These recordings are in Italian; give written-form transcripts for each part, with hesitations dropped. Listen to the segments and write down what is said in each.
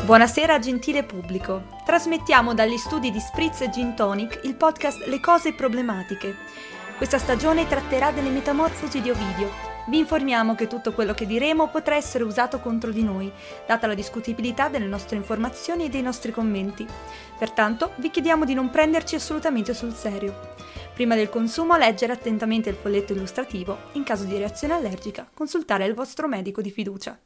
Buonasera gentile pubblico, trasmettiamo dagli studi di Spritz e Gin Tonic il podcast Le cose problematiche. Questa stagione tratterà delle metamorfosi di Ovidio. Vi informiamo che tutto quello che diremo potrà essere usato contro di noi, data la discutibilità delle nostre informazioni e dei nostri commenti. Pertanto vi chiediamo di non prenderci assolutamente sul serio. Prima del consumo leggere attentamente il folletto illustrativo, in caso di reazione allergica consultare il vostro medico di fiducia.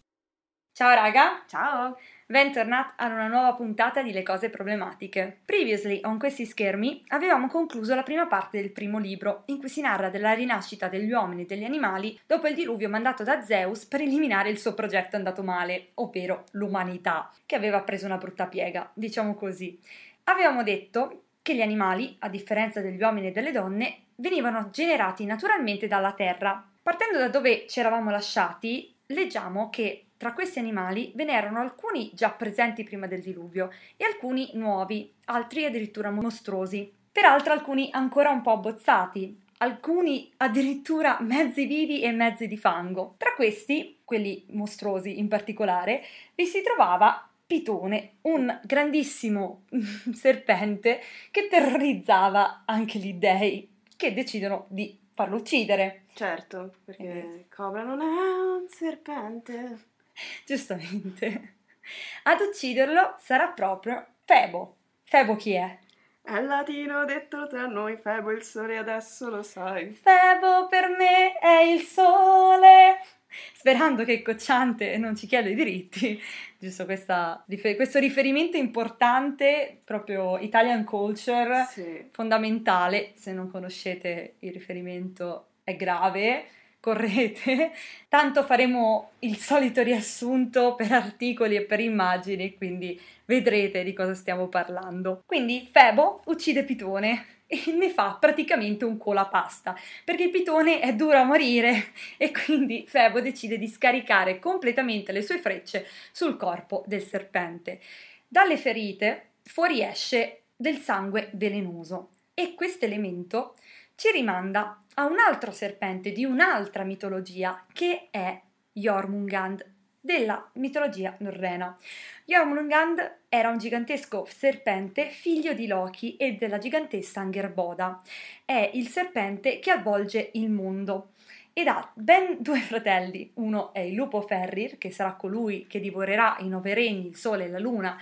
Ciao raga! Ciao! Bentornati ad una nuova puntata di Le cose problematiche. Previously, on questi schermi, avevamo concluso la prima parte del primo libro, in cui si narra della rinascita degli uomini e degli animali dopo il diluvio mandato da Zeus per eliminare il suo progetto andato male, ovvero l'umanità, che aveva preso una brutta piega, diciamo così. Avevamo detto che gli animali, a differenza degli uomini e delle donne, venivano generati naturalmente dalla terra. Partendo da dove ci eravamo lasciati, leggiamo che tra questi animali ve ne erano alcuni già presenti prima del diluvio e alcuni nuovi, altri addirittura mostruosi. Peraltro alcuni ancora un po' abbozzati, alcuni addirittura mezzi vivi e mezzi di fango. Tra questi, quelli mostruosi in particolare, vi si trovava Pitone, un grandissimo serpente che terrorizzava anche gli dei, che decidono di farlo uccidere. Certo, perché Cobra non è un serpente. Giustamente. Ad ucciderlo sarà proprio Febo. Febo chi è? È latino detto tra noi, Febo il sole, adesso lo sai. Febo per me è il sole. Sperando che Cocciante non ci chieda i diritti, giusto questo riferimento importante, proprio Italian culture, Sì. fondamentale. Se non conoscete il riferimento è grave, correte, tanto faremo il solito riassunto per articoli e per immagini, quindi vedrete di cosa stiamo parlando. Quindi Febo uccide Pitone e ne fa praticamente un colapasta, perché Pitone è duro a morire e quindi Febo decide di scaricare completamente le sue frecce sul corpo del serpente. Dalle ferite fuoriesce del sangue velenoso e questo elemento ci rimanda a un altro serpente di un'altra mitologia che è Jormungand, della mitologia norrena. Jormungand era un gigantesco serpente figlio di Loki e della gigantessa Angerboda. È il serpente che avvolge il mondo ed ha ben due fratelli. Uno è il lupo Ferrir, che sarà colui che divorerà i 9 regni, il sole e la luna,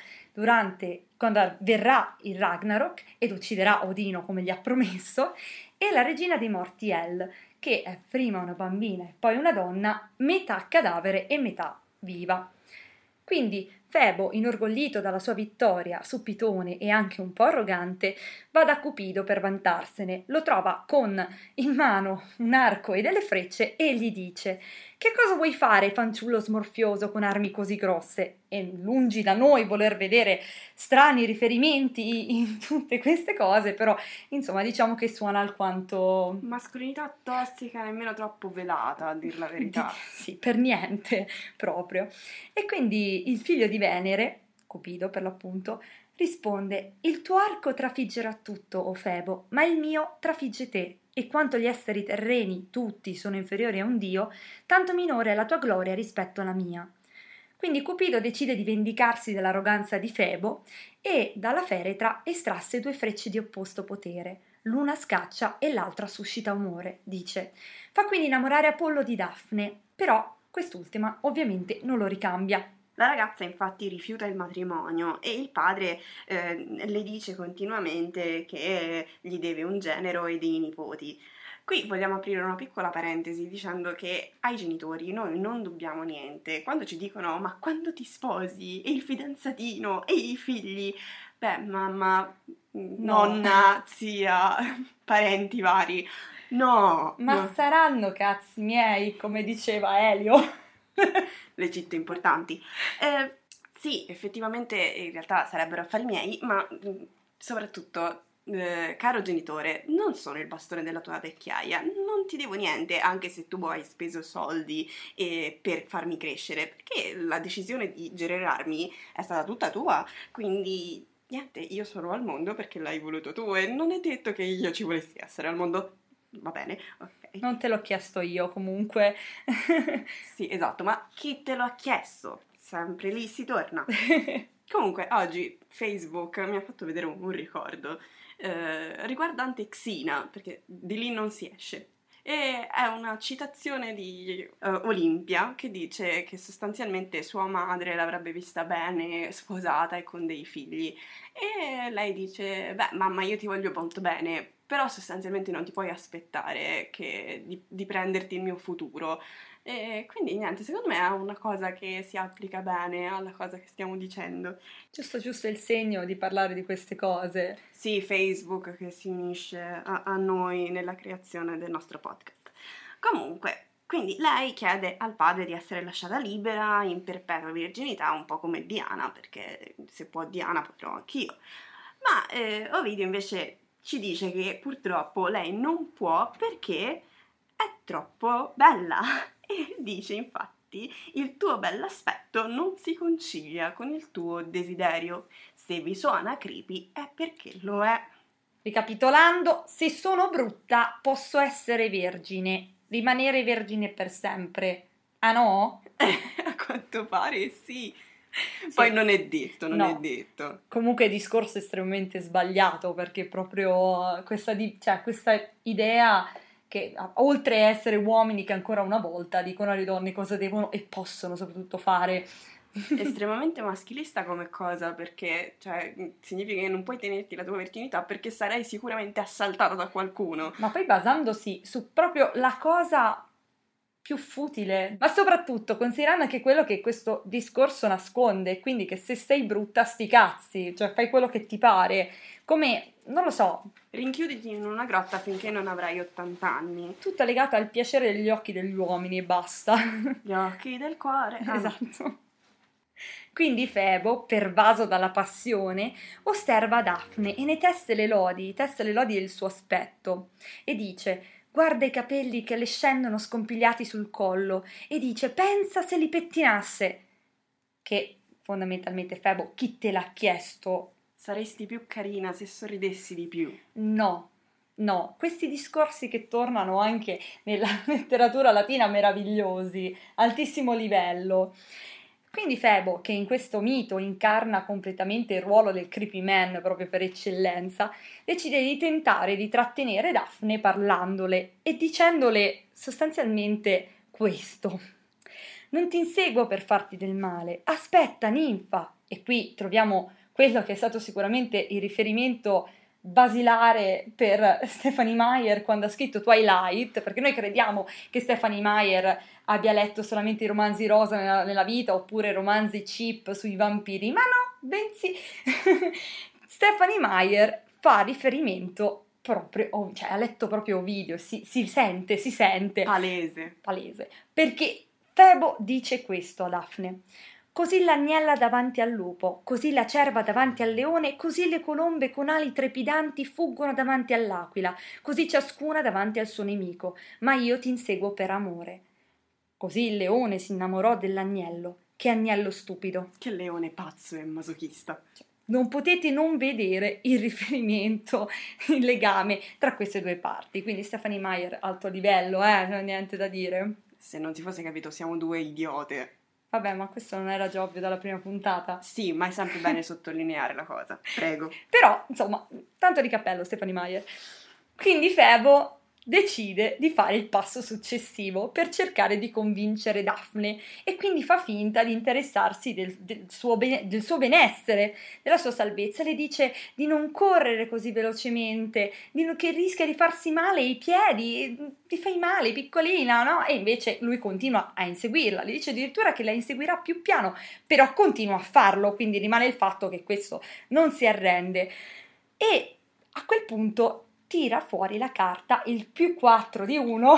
quando avverrà il Ragnarok ed ucciderà Odino come gli ha promesso, e la regina dei morti El, che è prima una bambina e poi una donna, metà cadavere e metà viva. Quindi Febo, inorgoglito dalla sua vittoria su Pitone e anche un po' arrogante, va da Cupido per vantarsene, lo trova con in mano un arco e delle frecce e gli dice: «Che cosa vuoi fare, fanciullo smorfioso, con armi così grosse?» E lungi da noi voler vedere strani riferimenti in tutte queste cose, però insomma diciamo che suona alquanto Mascolinità tossica, nemmeno troppo velata, a dir la verità. Sì, per niente proprio. E quindi il figlio di Venere, Cupido per l'appunto, risponde: «Il tuo arco trafiggerà tutto, o Febo, ma il mio trafigge te, e quanto gli esseri terreni tutti sono inferiori a un dio, tanto minore è la tua gloria rispetto alla mia». Quindi Cupido decide di vendicarsi dell'arroganza di Febo e dalla feretra estrasse 2 frecce di opposto potere. L'una scaccia e l'altra suscita amore, dice. Fa quindi innamorare Apollo di Daphne, però quest'ultima ovviamente non lo ricambia. La ragazza infatti rifiuta il matrimonio e il padre le dice continuamente che gli deve un genero e dei nipoti. Qui vogliamo aprire una piccola parentesi dicendo che ai genitori noi non dobbiamo niente. Quando ci dicono «ma quando ti sposi? E il fidanzatino? E i figli?» Beh, mamma, nonna, zia, parenti vari, no! Ma saranno cazzi miei, come diceva Elio. Le citte importanti. Sì, effettivamente in realtà sarebbero affari miei, ma soprattutto, caro genitore, non sono il bastone della tua vecchiaia, non ti devo niente, anche se tu hai speso soldi per farmi crescere, perché la decisione di generarmi è stata tutta tua, quindi niente, io sono al mondo perché l'hai voluto tu e non è detto che io ci volessi essere al mondo. Va bene, ok. Non te l'ho chiesto io comunque. Sì, esatto, ma chi te lo ha chiesto? Sempre lì si torna. Comunque, oggi Facebook mi ha fatto vedere un ricordo riguardante Xina, perché di lì non si esce. E è una citazione di Olimpia che dice che sostanzialmente sua madre l'avrebbe vista bene, sposata e con dei figli. E lei dice, beh, mamma, io ti voglio molto bene, però sostanzialmente non ti puoi aspettare di prenderti il mio futuro. E quindi niente, secondo me è una cosa che si applica bene alla cosa che stiamo dicendo. Giusto il segno di parlare di queste cose. Sì, Facebook che si unisce a noi nella creazione del nostro podcast. Comunque, quindi lei chiede al padre di essere lasciata libera in perpetua virginità, un po' come Diana, perché se può Diana potrò anch'io. Ma Ovidio invece ci dice che purtroppo lei non può perché è troppo bella. E dice infatti, il tuo bell'aspetto non si concilia con il tuo desiderio. Se vi suona creepy è perché lo è. Ricapitolando, se sono brutta posso essere vergine, rimanere vergine per sempre. Ah no? A quanto pare sì. Poi non è detto, non è detto. Comunque discorso estremamente sbagliato, perché proprio questa idea che oltre a essere uomini che ancora una volta dicono alle donne cosa devono e possono soprattutto fare. Estremamente maschilista come cosa, perché significa che non puoi tenerti la tua virginità perché sarai sicuramente assaltata da qualcuno. Ma poi basandosi su proprio la cosa più futile, ma soprattutto considerando anche quello che questo discorso nasconde, quindi che se sei brutta sti cazzi, cioè fai quello che ti pare, come, non lo so, rinchiuditi in una grotta finché non avrai 80 anni. Tutta legata al piacere degli occhi degli uomini e basta. Gli occhi del cuore. Esatto. Quindi Febo, pervaso dalla passione, osserva Daphne e ne teste le lodi del suo aspetto e dice: guarda i capelli che le scendono scompigliati sul collo e dice: pensa se li pettinasse. Che fondamentalmente Febo, chi te l'ha chiesto? Saresti più carina se sorridessi di più. No, questi discorsi che tornano anche nella letteratura latina meravigliosi, altissimo livello. Quindi Febo, che in questo mito incarna completamente il ruolo del creepy man proprio per eccellenza, decide di tentare di trattenere Daphne parlandole e dicendole sostanzialmente questo: non ti inseguo per farti del male, aspetta ninfa. E qui troviamo quello che è stato sicuramente il riferimento basilare per Stephenie Meyer quando ha scritto Twilight, perché noi crediamo che Stephenie Meyer abbia letto solamente i romanzi rosa nella vita oppure romanzi cheap sui vampiri, ma no, bensì Stephenie Meyer fa riferimento proprio, cioè ha letto proprio Ovidio, si sente palese, perché Febo dice questo a Daphne: così l'agnella davanti al lupo, così la cerva davanti al leone, così le colombe con ali trepidanti fuggono davanti all'aquila, così ciascuna davanti al suo nemico, ma io ti inseguo per amore. Così il leone si innamorò dell'agnello. Che agnello stupido! Che leone pazzo e masochista! Non potete non vedere il riferimento, il legame tra queste due parti. Quindi Stephenie Meyer, alto livello, niente da dire. Se non si fosse capito, siamo due idiote. Vabbè, ma questo non era già ovvio dalla prima puntata? Sì, ma è sempre bene sottolineare la cosa. Prego. Però, insomma, tanto di cappello, Stephenie Meyer. Quindi Febo decide di fare il passo successivo per cercare di convincere Daphne e quindi fa finta di interessarsi del suo benessere, della sua salvezza. Le dice di non correre così velocemente, che rischia di farsi male i piedi, ti fai male, piccolina, no? E invece lui continua a inseguirla, le dice addirittura che la inseguirà più piano, però continua a farlo, quindi rimane il fatto che questo non si arrende. E a quel punto tira fuori la carta, il +4 di 1,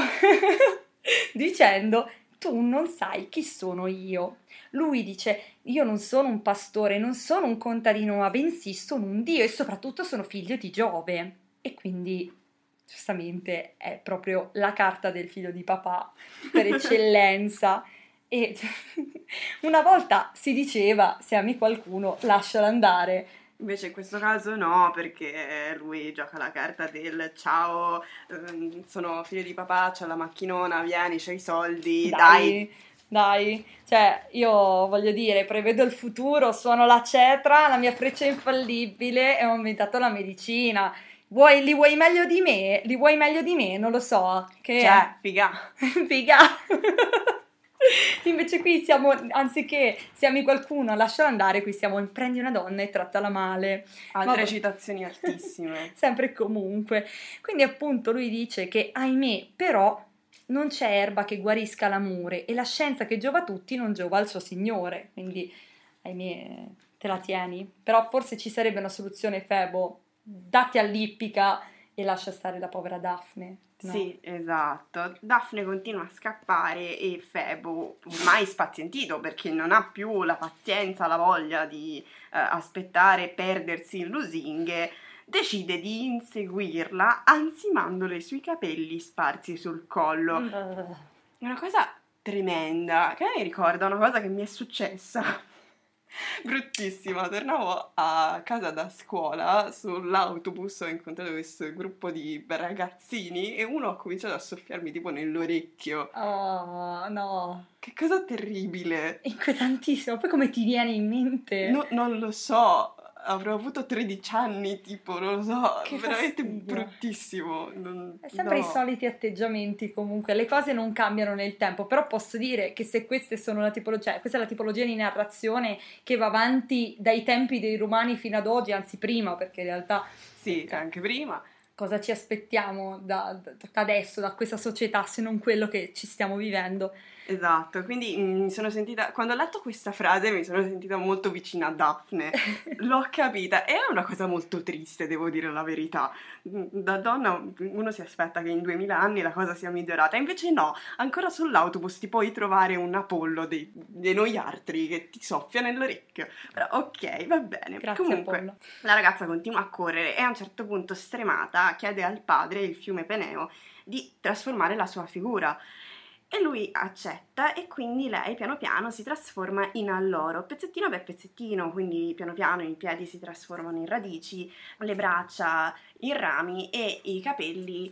dicendo: tu non sai chi sono io. Lui dice: io non sono un pastore, non sono un contadino, ma bensì sono un dio e soprattutto sono figlio di Giove. E quindi, giustamente, è proprio la carta del figlio di papà per eccellenza. E una volta si diceva: se ami qualcuno, lascialo andare. Invece in questo caso no, perché lui gioca la carta del ciao, sono figlio di papà, c'ho la macchinona, vieni, c'ho i soldi, dai. Dai, cioè io voglio dire, prevedo il futuro, suono la cetra, la mia freccia è infallibile e ho inventato la medicina. Li vuoi meglio di me? Li vuoi meglio di me? Non lo so. Che è? Cioè, figa. Figa! Invece qui siamo, anziché siamo qualcuno, lasciala andare, qui siamo in prendi una donna e trattala male. Altre Ma- citazioni altissime. Sempre e comunque. Quindi appunto lui dice che, ahimè, però non c'è erba che guarisca l'amore e la scienza che giova a tutti non giova al suo signore. Quindi, ahimè, te la tieni. Però forse ci sarebbe una soluzione, Febo. Datti all'ippica e lascia stare la povera Daphne. No? Sì, esatto. Daphne continua a scappare e Febo, ormai spazientito perché non ha più la pazienza, la voglia di aspettare e perdersi in lusinghe, decide di inseguirla ansimandole sui capelli sparsi sul collo. È una cosa tremenda, che mi ricorda una cosa che mi è successa. Bruttissima, tornavo a casa da scuola, sull'autobus ho incontrato questo gruppo di ragazzini e uno ha cominciato a soffiarmi tipo nell'orecchio. Oh, no. Che cosa terribile! Inquietantissimo. Poi come ti viene in mente? Non lo so, avrò avuto 13 anni, tipo, non lo so, Che veramente fastidio. bruttissimo. È sempre no. i soliti atteggiamenti comunque, le cose non cambiano nel tempo, però posso dire che se queste sono la tipologia, cioè questa è la tipologia di narrazione che va avanti dai tempi dei Romani fino ad oggi, anzi prima, perché in realtà Sì, anche prima. cosa ci aspettiamo da adesso, da questa società, se non quello che ci stiamo vivendo? Esatto, quindi mi sono sentita, quando ho letto questa frase mi sono sentita molto vicina a Daphne, l'ho capita, è una cosa molto triste, devo dire la verità. Da donna uno si aspetta che in 2000 anni la cosa sia migliorata, invece no, ancora sull'autobus ti puoi trovare un Apollo dei noi altri che ti soffia nell'orecchio, però ok, va bene. Grazie, Comunque, Apollo. la ragazza continua a correre e a un certo punto stremata chiede al padre, il fiume Peneo, di trasformare la sua figura. E lui accetta e quindi lei piano piano si trasforma in alloro, pezzettino per pezzettino, quindi piano piano i piedi si trasformano in radici, le braccia in rami e i capelli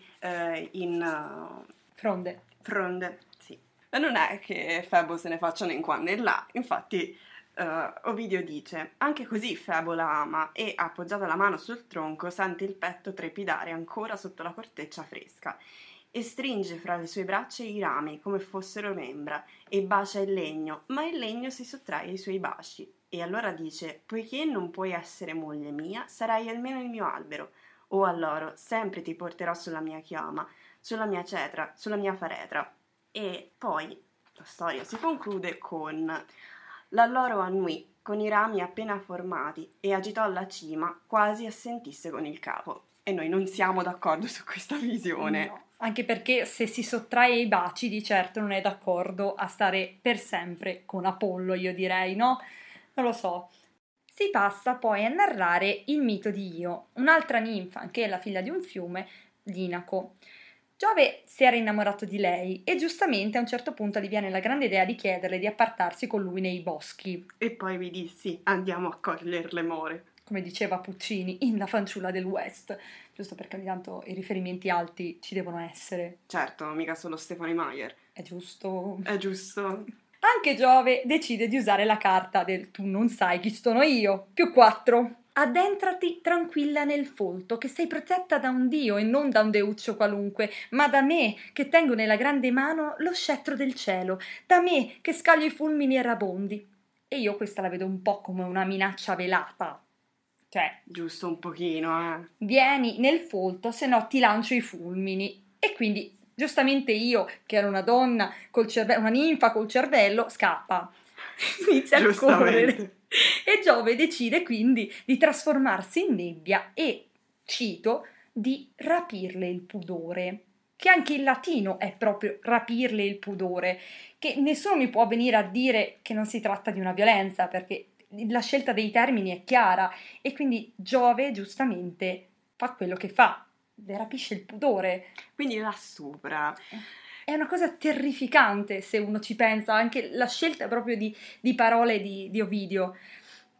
in Fronde. fronde. Sì. E non è che Febo se ne faccia né qua né là, infatti Ovidio dice, anche così Febo la ama e appoggiata la mano sul tronco sente il petto trepidare ancora sotto la corteccia fresca e stringe fra le sue braccia i rami come fossero membra e bacia il legno, ma il legno si sottrae ai suoi baci e allora dice, poiché non puoi essere moglie mia, sarai almeno il mio albero. O allora, sempre ti porterò sulla mia chioma, sulla mia cetra, sulla mia faretra. E poi la storia si conclude con l'alloro annui con i rami appena formati e agitò la cima quasi assentisse con il capo. E noi non siamo d'accordo su questa visione. No, anche perché se si sottrae ai baci di certo non è d'accordo a stare per sempre con Apollo, io direi, no? Non lo so. Si passa poi a narrare il mito di Io, un'altra ninfa, anche la figlia di un fiume, l'Inaco. Giove si era innamorato di lei e giustamente a un certo punto gli viene la grande idea di chiederle di appartarsi con lui nei boschi. E poi vi dissi, andiamo a cogliere le more. Come diceva Puccini, in La fanciulla del West, giusto perché ogni tanto i riferimenti alti ci devono essere. Certo, mica solo Stephanie Meyer. È giusto. È giusto. Anche Giove decide di usare la carta del tu non sai chi sono io, +4. Addentrati tranquilla nel folto, che sei protetta da un dio e non da un deuccio qualunque, ma da me, che tengo nella grande mano lo scettro del cielo, da me, che scaglio i fulmini erabondi. E io questa la vedo un po' come una minaccia velata. Cioè, Giusto un pochino, vieni nel folto, se no ti lancio i fulmini. E quindi, giustamente io, che ero una donna col cervello, una ninfa col cervello, scappa. Inizia a Giustamente. correre. E Giove decide quindi di trasformarsi in nebbia e, cito, di rapirle il pudore. Che anche in latino è proprio rapirle il pudore, che nessuno mi può venire a dire che non si tratta di una violenza, perché la scelta dei termini è chiara e quindi Giove giustamente fa quello che fa, le rapisce il pudore. Quindi la stupra. È una cosa terrificante se uno ci pensa, anche la scelta proprio di parole di Ovidio.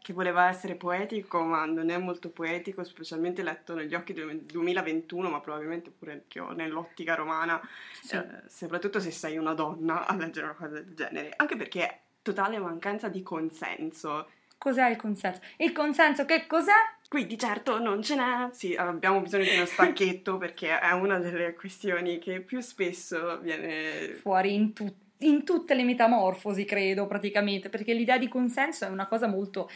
che voleva essere poetico, ma non è molto poetico, specialmente letto negli occhi del 2021, ma probabilmente pure nell'ottica romana, Sì. soprattutto se sei una donna a leggere una cosa del genere, anche perché è totale mancanza di consenso. Cos'è il consenso? Il consenso che cos'è? Qui di certo non ce n'è, sì, abbiamo bisogno di uno stacchetto perché è una delle questioni che più spesso viene Fuori in tutte le metamorfosi, credo, praticamente, perché l'idea di consenso è una cosa molto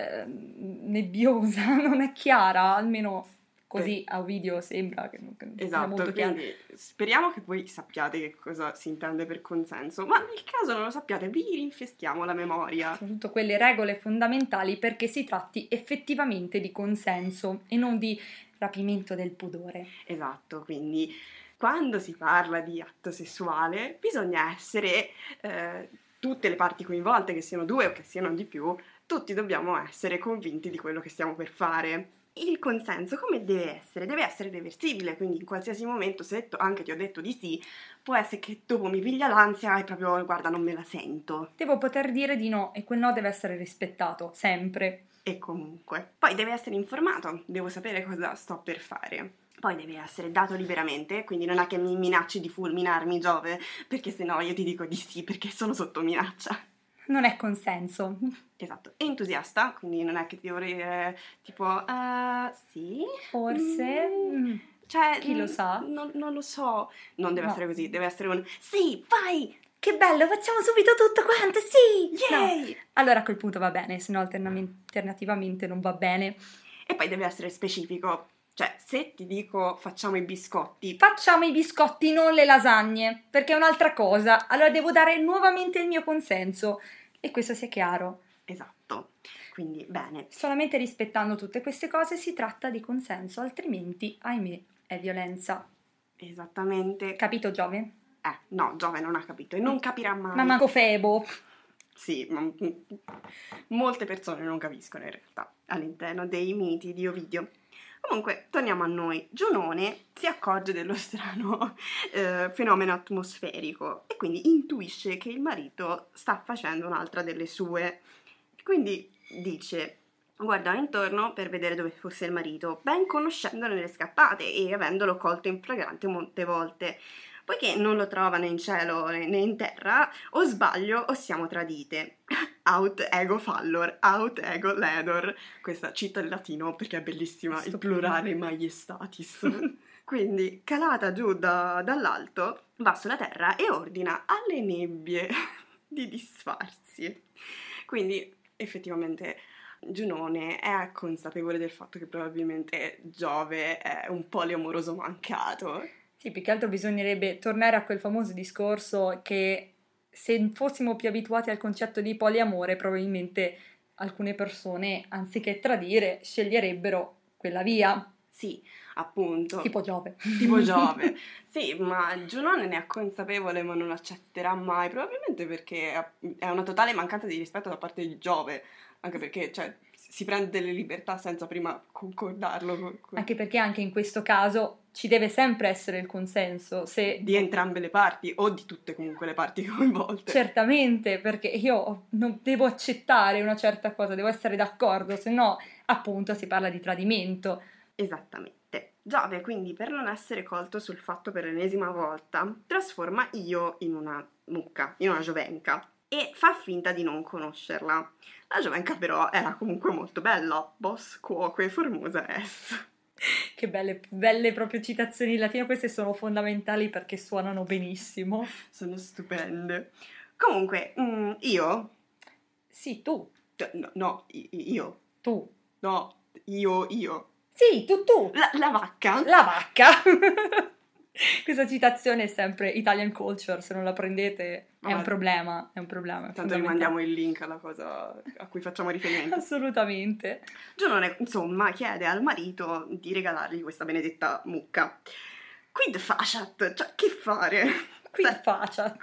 nebbiosa, non è chiara, almeno così a Ovidio sembra che non sia Esatto, molto chiara. quindi speriamo che voi sappiate che cosa si intende per consenso, ma nel caso non lo sappiate, vi rinfreschiamo la memoria. Soprattutto quelle regole fondamentali perché si tratti effettivamente di consenso e non di rapimento del pudore. Esatto, quindi quando si parla di atto sessuale bisogna essere, tutte le parti coinvolte, che siano 2 o che siano di più, tutti dobbiamo essere convinti di quello che stiamo per fare. Il consenso come deve essere? Deve essere reversibile, quindi in qualsiasi momento, se anche ti ho detto di sì, può essere che dopo mi piglia l'ansia e proprio, guarda, non me la sento. Devo poter dire di no e quel no deve essere rispettato, sempre. E comunque. Poi deve essere informato, devo sapere cosa sto per fare. Poi deve essere dato liberamente, quindi non è che mi minacci di fulminarmi, Giove, perché sennò io ti dico di sì, perché sono sotto minaccia. Non è consenso. Esatto, entusiasta, quindi non è che ti devo dire tipo, sì? Forse. Cioè, Chi lo sa? Non lo so. Non deve No. essere così, deve essere un sì, vai! Che bello, facciamo subito tutto quanto, sì! Yay! No. Allora a quel punto va bene, se no alternativamente non va bene. E poi deve essere specifico. Cioè, se ti dico facciamo i biscotti, Facciamo i biscotti, non le lasagne, perché è un'altra cosa. Allora devo dare nuovamente il mio consenso. E questo sia chiaro. esatto. Quindi, bene. Solamente rispettando tutte queste cose si tratta di consenso, altrimenti, ahimè, è violenza. Esattamente. Capito, Giove? No, Giove non ha capito e non capirà mai. Ma manco Febo. Sì, molte persone non capiscono in realtà all'interno dei miti di Ovidio. Comunque, torniamo a noi. Giunone si accorge dello strano fenomeno atmosferico e quindi intuisce che il marito sta facendo un'altra delle sue. Quindi dice: guardò intorno per vedere dove fosse il marito, ben conoscendolo nelle scappate e avendolo colto in flagrante molte volte. Poiché non lo trova né in cielo né in terra, o sbaglio o siamo tradite. Aut ego fallor, aut ego ledor. Questa cita il latino perché è bellissima, il plurale maiestatis. Quindi, calata giù dall'alto, va sulla terra e ordina alle nebbie di disfarsi. Quindi, effettivamente, Giunone è consapevole del fatto che probabilmente Giove è un poliamoroso mancato. Sì, più che altro bisognerebbe tornare a quel famoso discorso che se fossimo più abituati al concetto di poliamore, probabilmente alcune persone, anziché tradire, sceglierebbero quella via. Sì, appunto. Tipo Giove. Tipo Giove. Sì, ma Giunone ne è consapevole ma non accetterà mai, probabilmente perché è una totale mancanza di rispetto da parte di Giove, anche perché, cioè, si prende delle libertà senza prima concordarlo Anche perché anche in questo caso ci deve sempre essere il consenso, se di entrambe le parti o di tutte comunque le parti coinvolte. certamente, perché io non devo accettare una certa cosa, devo essere d'accordo, se no appunto si parla di tradimento. Esattamente. Giove, quindi, per non essere colto sul fatto per l'ennesima volta, trasforma Io in una mucca, in una giovenca, e fa finta di non conoscerla. La giovenca però era comunque molto bella, bos quoque formosa es. Che belle proprio citazioni in latino, queste sono fondamentali perché suonano benissimo. Sono stupende. Comunque, io... Sì, tu. No, io. Tu. No, io. Sì, tu. La vacca. La vacca. Questa citazione è sempre Italian culture, se non la prendete è un problema, è Tanto vi mandiamo il link alla cosa a cui facciamo riferimento. Assolutamente. Giunone, insomma, chiede al marito di regalargli questa benedetta mucca. Quid faciat? Cioè, che fare? Quid faciat.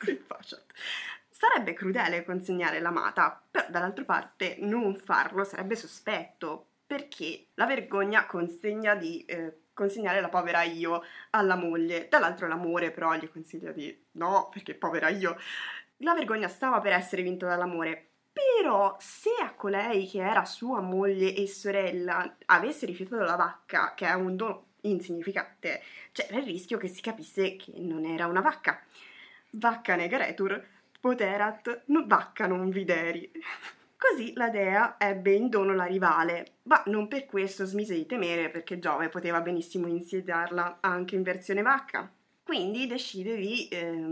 Sarebbe crudele consegnare l'amata, però dall'altra parte non farlo sarebbe sospetto, perché la vergogna consegna di consegnare la povera Io alla moglie, dall'altro l'amore però gli consiglia di no, perché povera Io. La vergogna stava per essere vinta dall'amore, Però se a colei che era sua moglie e sorella avesse rifiutato la vacca, che è un dono insignificante, c'era il rischio che si capisse che non era una vacca. Vacca negaretur, poterat, vacca non videri. Così la dea ebbe in dono la rivale, ma non per questo smise di temere, perché Giove poteva benissimo insediarla anche in versione vacca. Quindi decide di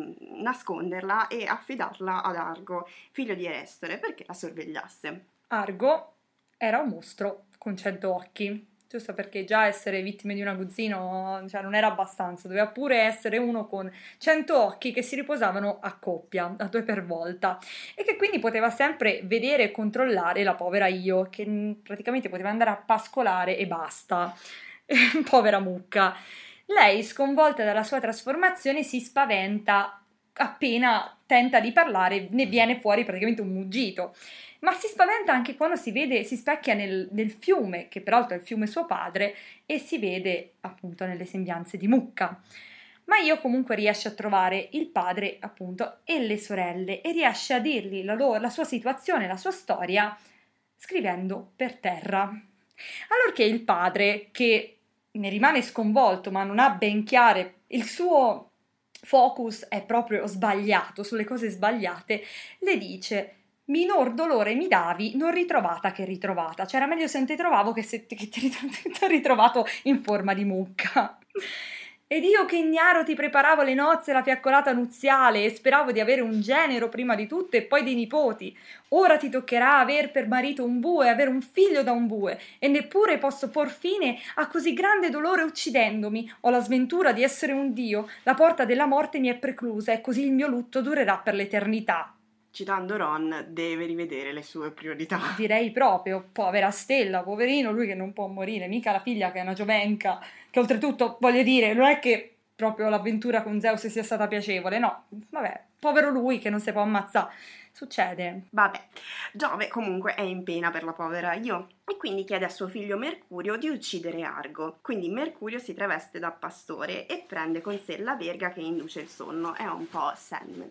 nasconderla e affidarla ad Argo, figlio di Erestore, perché la sorvegliasse. Argo era un mostro con 100 occhi, giusto perché già essere vittime di un aguzzino, cioè, non era abbastanza, doveva pure essere uno con 100 occhi che si riposavano a coppia, a 2 per volta, e che quindi poteva sempre vedere e controllare la povera Io, che praticamente poteva andare a pascolare e basta. Povera mucca. Lei, sconvolta dalla sua trasformazione, si spaventa appena tenta di parlare, ne viene fuori praticamente un muggito. Ma si spaventa anche quando si specchia nel fiume, che peraltro è il fiume suo padre, e si vede appunto nelle sembianze di mucca. Ma Io comunque riesce a trovare il padre, appunto, e le sorelle, e riesce a dirgli la sua situazione, la sua storia, scrivendo per terra. Allorché il padre, che ne rimane sconvolto, ma non ha ben chiare, il suo focus è proprio sbagliato, sulle cose sbagliate, le dice: minor dolore mi davi, non ritrovata che ritrovata. Cioè era meglio se non ti trovavo che se che ti ho ritrovato in forma di mucca. Ed io che ignaro ti preparavo le nozze e la fiaccolata nuziale e speravo di avere un genero prima di tutto e poi dei nipoti. Ora ti toccherà aver per marito un bue, avere un figlio da un bue, e neppure posso por fine a così grande dolore uccidendomi. Ho la sventura di essere un dio, la porta della morte mi è preclusa e così il mio lutto durerà per l'eternità. Citando Ron, deve rivedere le sue priorità. Direi proprio, povera Stella, poverino, lui che non può morire, mica la figlia che è una giovenca, che oltretutto, voglio dire, non è che proprio l'avventura con Zeus sia stata piacevole, no, vabbè, povero lui che non si può ammazzare, succede. Vabbè, Giove comunque è in pena per la povera Io e quindi chiede a suo figlio Mercurio di uccidere Argo. Quindi Mercurio si traveste da pastore e prende con sé la verga che induce il sonno, è un po' Sandman.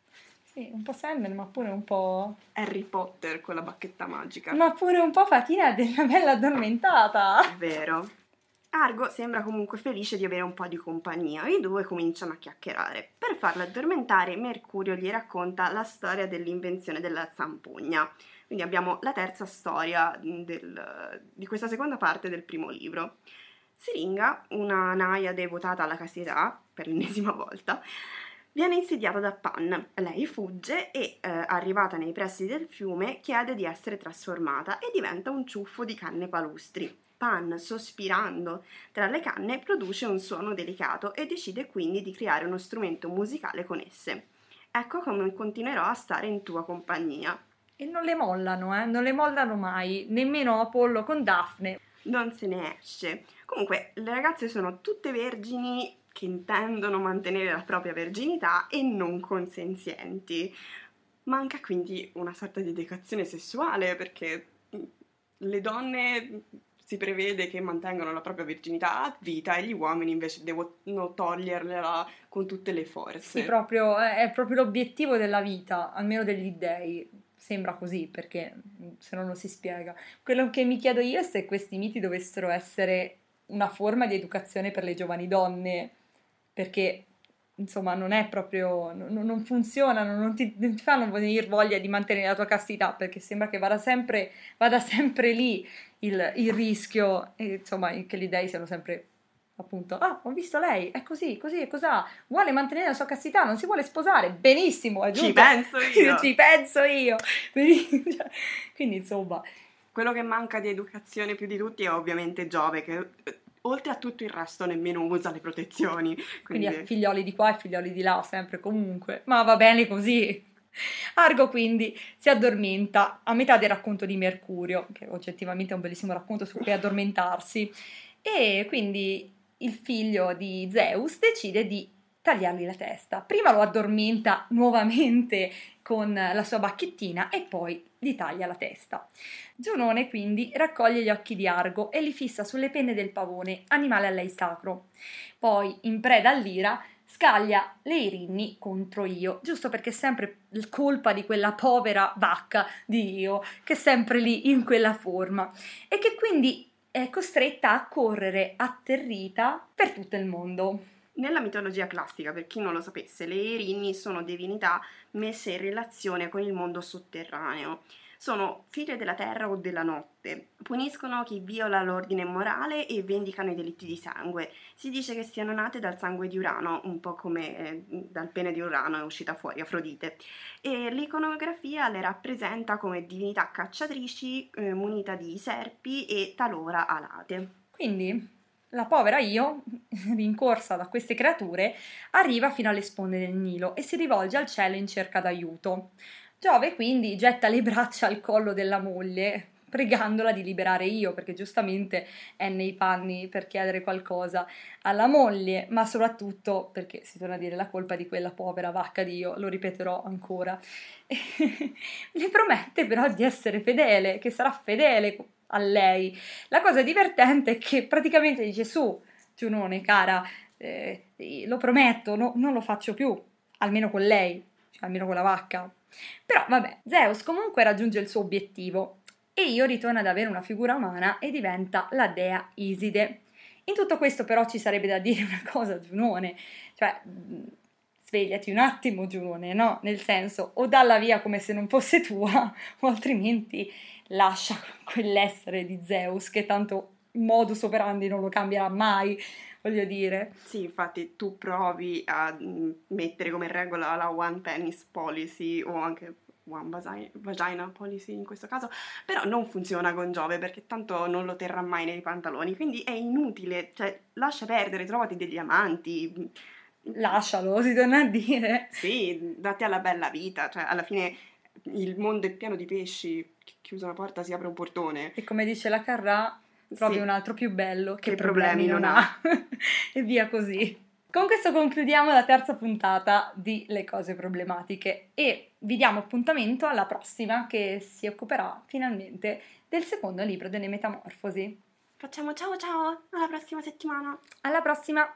Sì, un po' Sandman, ma pure un po' Harry Potter con la bacchetta magica. ma pure un po' Fatina della bella addormentata. Vero. Argo sembra comunque felice di avere un po' di compagnia e i due cominciano a chiacchierare. Per farlo addormentare, Mercurio gli racconta la storia dell'invenzione della zampugna. Quindi abbiamo la terza storia di questa seconda parte del primo libro. Siringa, una naiade votata alla castità, per l'ennesima volta, viene insediata da Pan. Lei fugge e, arrivata nei pressi del fiume, chiede di essere trasformata e diventa un ciuffo di canne palustri. Pan, sospirando tra le canne, produce un suono delicato e decide quindi di creare uno strumento musicale con esse. Ecco come continuerò a stare in tua compagnia. E non le mollano, non le mollano mai, nemmeno Apollo con Daphne. Non se ne esce. Comunque, le ragazze sono tutte vergini che intendono mantenere la propria verginità e non consenzienti. Manca quindi una sorta di educazione sessuale, perché le donne si prevede che mantengano la propria verginità a vita e gli uomini invece devono toglierla con tutte le forze. Sì, proprio, è proprio l'obiettivo della vita, almeno degli dèi. Sembra così, perché se no non si spiega. Quello che mi chiedo io è se questi miti dovessero essere una forma di educazione per le giovani donne, perché insomma non è proprio, non funzionano, non ti fanno venire voglia di mantenere la tua castità, perché sembra che vada sempre lì il rischio, e, insomma, che gli dei siano sempre appunto, ho visto lei, è così e cos'ha, vuole mantenere la sua castità, non si vuole sposare, benissimo, è giusto. Ci penso io. Ci penso io. Quindi insomma, quello che manca di educazione più di tutti è ovviamente Giove, che oltre a tutto il resto nemmeno usa le protezioni. Quindi ha figlioli di qua e figlioli di là, sempre comunque, ma va bene così. Argo quindi si addormenta a metà del racconto di Mercurio, che oggettivamente è un bellissimo racconto su cui addormentarsi, e quindi il figlio di Zeus decide di tagliargli la testa. Prima lo addormenta nuovamente con la sua bacchettina e poi gli taglia la testa. Giunone quindi raccoglie gli occhi di Argo e li fissa sulle penne del pavone, animale a lei sacro. Poi, in preda all'ira, scaglia le Irinni contro Io, giusto perché è sempre colpa di quella povera vacca di Io, che è sempre lì in quella forma e che quindi è costretta a correre atterrita per tutto il mondo. Nella mitologia classica, per chi non lo sapesse, le Erinni sono divinità messe in relazione con il mondo sotterraneo. Sono figlie della terra o della notte, puniscono chi viola l'ordine morale e vendicano i delitti di sangue. Si dice che siano nate dal sangue di Urano, un po' come dal pene di Urano è uscita fuori Afrodite. E l'iconografia le rappresenta come divinità cacciatrici, munita di serpi e talora alate. Quindi la povera Io, rincorsa da queste creature, arriva fino alle sponde del Nilo e si rivolge al cielo in cerca d'aiuto. Giove quindi getta le braccia al collo della moglie, pregandola di liberare Io, perché giustamente è nei panni per chiedere qualcosa alla moglie, ma soprattutto perché, si torna a dire, la colpa di quella povera vacca di Io, lo ripeterò ancora. Le promette però di essere fedele, che sarà fedele a lei. La cosa divertente è che praticamente dice: su, Giunone, cara, lo prometto, non lo faccio più, almeno con lei, cioè almeno con la vacca. Però vabbè, Zeus comunque raggiunge il suo obiettivo e Io ritorna ad avere una figura umana e diventa la dea Iside. In tutto questo però ci sarebbe da dire una cosa, Giunone, cioè svegliati un attimo, Giunone, no? Nel senso, o dalla via come se non fosse tua, o altrimenti lascia quell'essere di Zeus che tanto modus operandi non lo cambierà mai, voglio dire. Sì, infatti tu provi a mettere come regola la one penis policy o anche one vagina policy in questo caso, però non funziona con Giove perché tanto non lo terrà mai nei pantaloni, quindi è inutile, cioè lascia perdere, trovati degli amanti. Lascialo, si torna a dire. Sì, datti alla bella vita, cioè alla fine il mondo è pieno di pesci, chiusa una porta si apre un portone. E come dice la Carrà, trovi Sì. un altro più bello che problemi non ha. E via così. Con questo concludiamo la terza puntata di Le cose problematiche e vi diamo appuntamento alla prossima che si occuperà finalmente del secondo libro delle Metamorfosi. Facciamo ciao ciao, alla prossima settimana! Alla prossima!